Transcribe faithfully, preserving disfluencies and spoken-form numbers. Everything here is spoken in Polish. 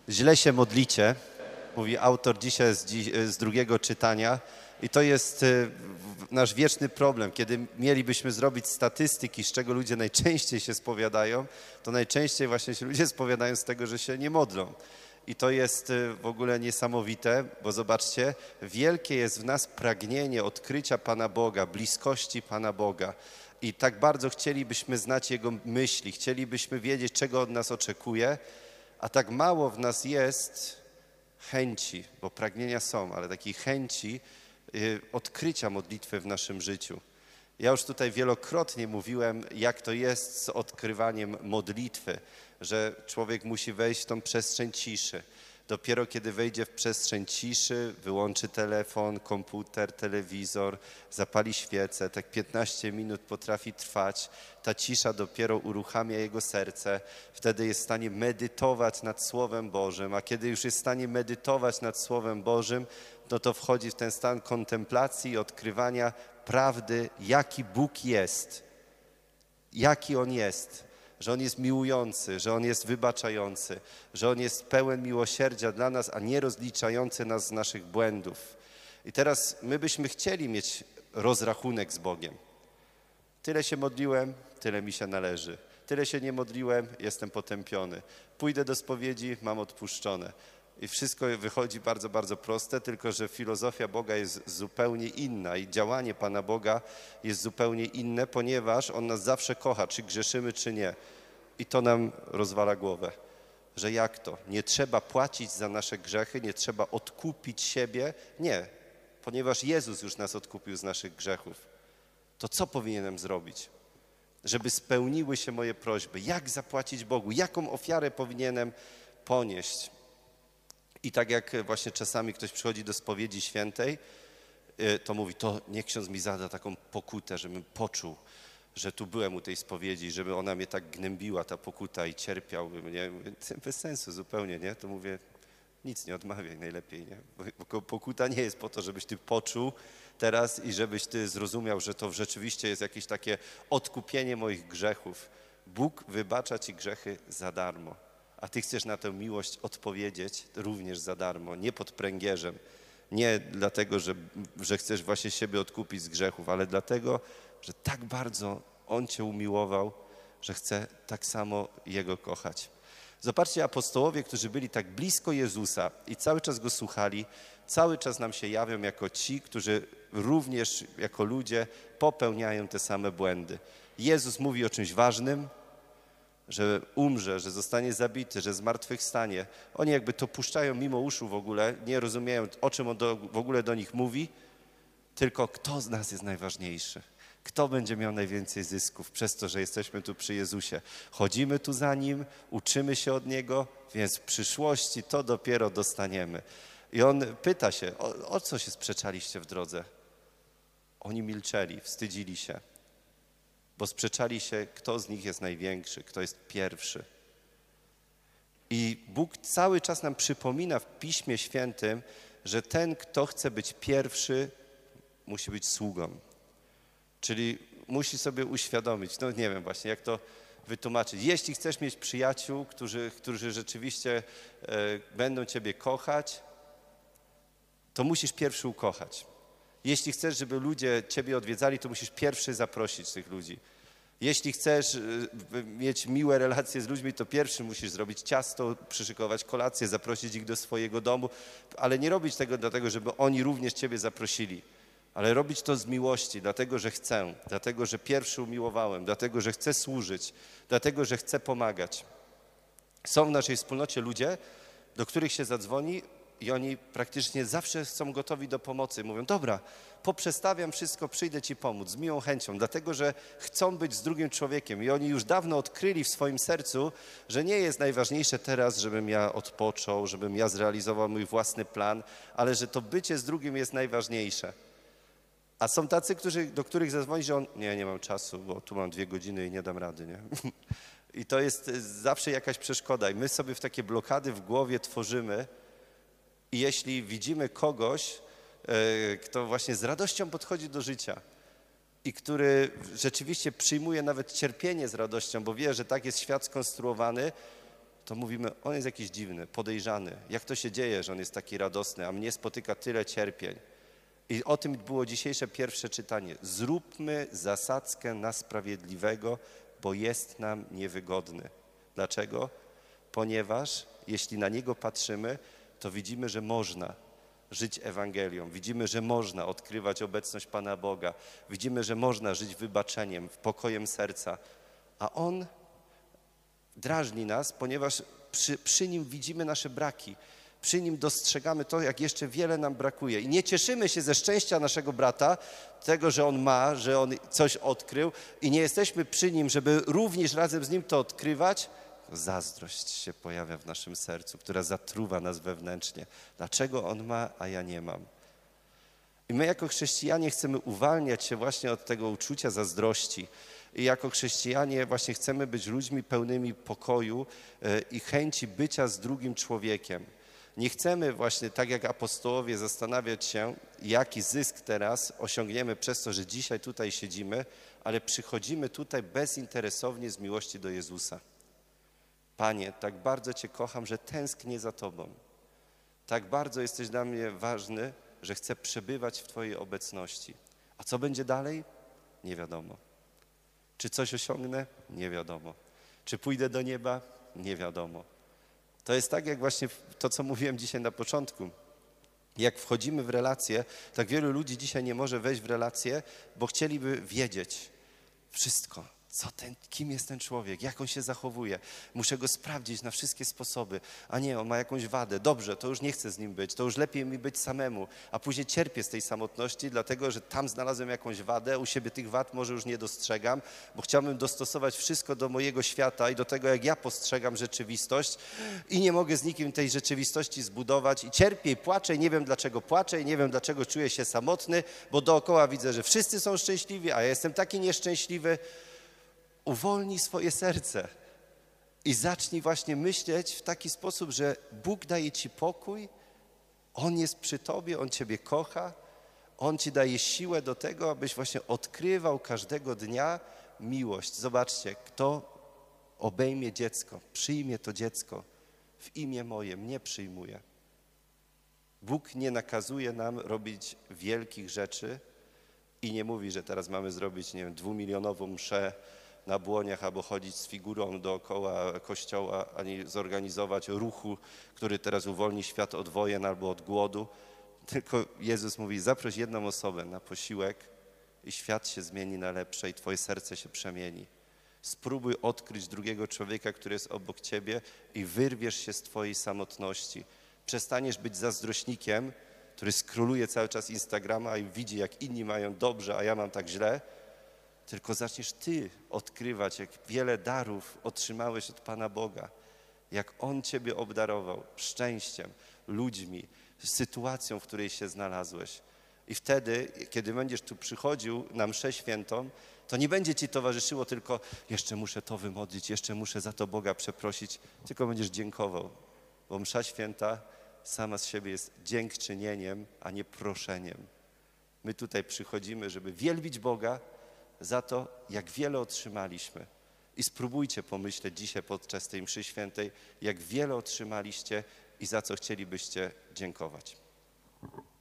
Źle się modlicie, mówi autor dzisiaj z, dzi z drugiego czytania i to jest nasz wieczny problem. Kiedy mielibyśmy zrobić statystyki, z czego ludzie najczęściej się spowiadają, to najczęściej właśnie się ludzie spowiadają z tego, że się nie modlą. I to jest w ogóle niesamowite, bo zobaczcie, wielkie jest w nas pragnienie odkrycia Pana Boga, bliskości Pana Boga. I tak bardzo chcielibyśmy znać Jego myśli, chcielibyśmy wiedzieć, czego od nas oczekuje, a tak mało w nas jest chęci, bo pragnienia są, ale takiej chęci y, odkrycia modlitwy w naszym życiu. Ja już tutaj wielokrotnie mówiłem, jak to jest z odkrywaniem modlitwy, że człowiek musi wejść w tą przestrzeń ciszy. Dopiero kiedy wejdzie w przestrzeń ciszy, wyłączy telefon, komputer, telewizor, zapali świecę, tak piętnaście minut potrafi trwać. Ta cisza dopiero uruchamia jego serce. Wtedy jest w stanie medytować nad Słowem Bożym, a kiedy już jest w stanie medytować nad Słowem Bożym, no to wchodzi w ten stan kontemplacji i odkrywania prawdy, jaki Bóg jest, jaki On jest. Że On jest miłujący, że On jest wybaczający, że On jest pełen miłosierdzia dla nas, a nie rozliczający nas z naszych błędów. I teraz my byśmy chcieli mieć rozrachunek z Bogiem. Tyle się modliłem, tyle mi się należy. Tyle się nie modliłem, jestem potępiony. Pójdę do spowiedzi, mam odpuszczone. I wszystko wychodzi bardzo, bardzo proste, tylko że filozofia Boga jest zupełnie inna i działanie Pana Boga jest zupełnie inne, ponieważ On nas zawsze kocha, czy grzeszymy, czy nie. I to nam rozwala głowę, że jak to? Nie trzeba płacić za nasze grzechy, nie trzeba odkupić siebie. Nie, ponieważ Jezus już nas odkupił z naszych grzechów. To co powinienem zrobić, żeby spełniły się moje prośby? Jak zapłacić Bogu? Jaką ofiarę powinienem ponieść? I tak jak właśnie czasami ktoś przychodzi do spowiedzi świętej, to mówi, to niech ksiądz mi zada taką pokutę, żebym poczuł, że tu byłem u tej spowiedzi, żeby ona mnie tak gnębiła, ta pokuta i cierpiałbym, nie? Bez sensu zupełnie, nie? To mówię, nic nie odmawiaj najlepiej, nie? Bo pokuta nie jest po to, żebyś ty poczuł teraz i żebyś ty zrozumiał, że to rzeczywiście jest jakieś takie odkupienie moich grzechów. Bóg wybacza ci grzechy za darmo. A ty chcesz na tę miłość odpowiedzieć również za darmo, nie pod pręgierzem, nie dlatego, że, że chcesz właśnie siebie odkupić z grzechów, ale dlatego, że tak bardzo On cię umiłował, że chce tak samo Jego kochać. Zobaczcie, apostołowie, którzy byli tak blisko Jezusa i cały czas Go słuchali, cały czas nam się jawią jako ci, którzy również jako ludzie popełniają te same błędy. Jezus mówi o czymś ważnym, że umrze, że zostanie zabity, że zmartwychwstanie. Oni jakby to puszczają mimo uszu w ogóle, nie rozumieją, o czym on do, w ogóle do nich mówi, tylko kto z nas jest najważniejszy. Kto będzie miał najwięcej zysków przez to, że jesteśmy tu przy Jezusie. Chodzimy tu za Nim, uczymy się od Niego, więc w przyszłości to dopiero dostaniemy. I on pyta się, o, o co się sprzeczaliście w drodze? Oni milczeli, wstydzili się. Bo sprzeczali się, kto z nich jest największy, kto jest pierwszy. I Bóg cały czas nam przypomina w Piśmie Świętym, że ten, kto chce być pierwszy, musi być sługą. Czyli musi sobie uświadomić, no nie wiem właśnie, jak to wytłumaczyć. Jeśli chcesz mieć przyjaciół, którzy, którzy rzeczywiście e, będą ciebie kochać, to musisz pierwszy ukochać. Jeśli chcesz, żeby ludzie ciebie odwiedzali, to musisz pierwszy zaprosić tych ludzi. Jeśli chcesz mieć miłe relacje z ludźmi, to pierwszy musisz zrobić ciasto, przyszykować kolację, zaprosić ich do swojego domu, ale nie robić tego dlatego, żeby oni również ciebie zaprosili, ale robić to z miłości, dlatego, że chcę, dlatego, że pierwszy umiłowałem, dlatego, że chcę służyć, dlatego, że chcę pomagać. Są w naszej wspólnocie ludzie, do których się zadzwoni, i oni praktycznie zawsze są gotowi do pomocy. Mówią, dobra, poprzestawiam wszystko, przyjdę ci pomóc z miłą chęcią, dlatego że chcą być z drugim człowiekiem. I oni już dawno odkryli w swoim sercu, że nie jest najważniejsze teraz, żebym ja odpoczął, żebym ja zrealizował mój własny plan, ale że to bycie z drugim jest najważniejsze. A są tacy, którzy, do których zadzwoni, że on, nie, nie mam czasu, bo tu mam dwie godziny i nie dam rady, nie? I to jest zawsze jakaś przeszkoda. I my sobie w takie blokady w głowie tworzymy. I jeśli widzimy kogoś, kto właśnie z radością podchodzi do życia i który rzeczywiście przyjmuje nawet cierpienie z radością, bo wie, że tak jest świat skonstruowany, to mówimy, on jest jakiś dziwny, podejrzany. Jak to się dzieje, że on jest taki radosny, a mnie spotyka tyle cierpień? I o tym było dzisiejsze pierwsze czytanie. Zróbmy zasadzkę na sprawiedliwego, bo jest nam niewygodny. Dlaczego? Ponieważ jeśli na niego patrzymy, to widzimy, że można żyć Ewangelią. Widzimy, że można odkrywać obecność Pana Boga. Widzimy, że można żyć wybaczeniem, pokojem serca. A on drażni nas, ponieważ przy, przy nim widzimy nasze braki. Przy nim dostrzegamy to, jak jeszcze wiele nam brakuje. I nie cieszymy się ze szczęścia naszego brata, tego, że on ma, że on coś odkrył i nie jesteśmy przy nim, żeby również razem z nim to odkrywać. Zazdrość się pojawia w naszym sercu, która zatruwa nas wewnętrznie. Dlaczego on ma, a ja nie mam? I my jako chrześcijanie chcemy uwalniać się właśnie od tego uczucia zazdrości. I jako chrześcijanie właśnie chcemy być ludźmi pełnymi pokoju i chęci bycia z drugim człowiekiem. Nie chcemy właśnie, tak jak apostołowie, zastanawiać się, jaki zysk teraz osiągniemy przez to, że dzisiaj tutaj siedzimy, ale przychodzimy tutaj bezinteresownie z miłości do Jezusa. Panie, tak bardzo Cię kocham, że tęsknię za Tobą. Tak bardzo jesteś dla mnie ważny, że chcę przebywać w Twojej obecności. A co będzie dalej? Nie wiadomo. Czy coś osiągnę? Nie wiadomo. Czy pójdę do nieba? Nie wiadomo. To jest tak, jak właśnie to, co mówiłem dzisiaj na początku. Jak wchodzimy w relacje, tak wielu ludzi dzisiaj nie może wejść w relacje, bo chcieliby wiedzieć wszystko. Co ten, kim jest ten człowiek, jak on się zachowuje. Muszę go sprawdzić na wszystkie sposoby. A nie, on ma jakąś wadę. Dobrze, to już nie chcę z nim być, to już lepiej mi być samemu. A później cierpię z tej samotności, dlatego że tam znalazłem jakąś wadę, u siebie tych wad może już nie dostrzegam, bo chciałbym dostosować wszystko do mojego świata i do tego, jak ja postrzegam rzeczywistość i nie mogę z nikim tej rzeczywistości zbudować i cierpię i płaczę i nie wiem dlaczego płaczę i nie wiem dlaczego czuję się samotny, bo dookoła widzę, że wszyscy są szczęśliwi, a ja jestem taki nieszczęśliwy. Uwolnij swoje serce i zacznij właśnie myśleć w taki sposób, że Bóg daje Ci pokój, On jest przy Tobie, On Ciebie kocha, On Ci daje siłę do tego, abyś właśnie odkrywał każdego dnia miłość. Zobaczcie, kto obejmie dziecko, przyjmie to dziecko w imię moje, mnie przyjmuje. Bóg nie nakazuje nam robić wielkich rzeczy i nie mówi, że teraz mamy zrobić, nie wiem, dwumilionową mszę na błoniach albo chodzić z figurą dookoła kościoła, ani zorganizować ruchu, który teraz uwolni świat od wojen albo od głodu. Tylko Jezus mówi, zaproś jedną osobę na posiłek i świat się zmieni na lepsze i twoje serce się przemieni. Spróbuj odkryć drugiego człowieka, który jest obok ciebie i wyrwiesz się z twojej samotności. Przestaniesz być zazdrośnikiem, który skroluje cały czas Instagrama i widzi, jak inni mają dobrze, a ja mam tak źle, tylko zaczniesz ty odkrywać, jak wiele darów otrzymałeś od Pana Boga, jak On ciebie obdarował szczęściem, ludźmi, sytuacją, w której się znalazłeś. I wtedy, kiedy będziesz tu przychodził na mszę świętą, to nie będzie ci towarzyszyło tylko jeszcze muszę to wymodlić, jeszcze muszę za to Boga przeprosić, tylko będziesz dziękował, bo msza święta sama z siebie jest dziękczynieniem, a nie proszeniem. My tutaj przychodzimy, żeby wielbić Boga za to, jak wiele otrzymaliśmy. I spróbujcie pomyśleć dzisiaj podczas tej mszy świętej, jak wiele otrzymaliście i za co chcielibyście dziękować.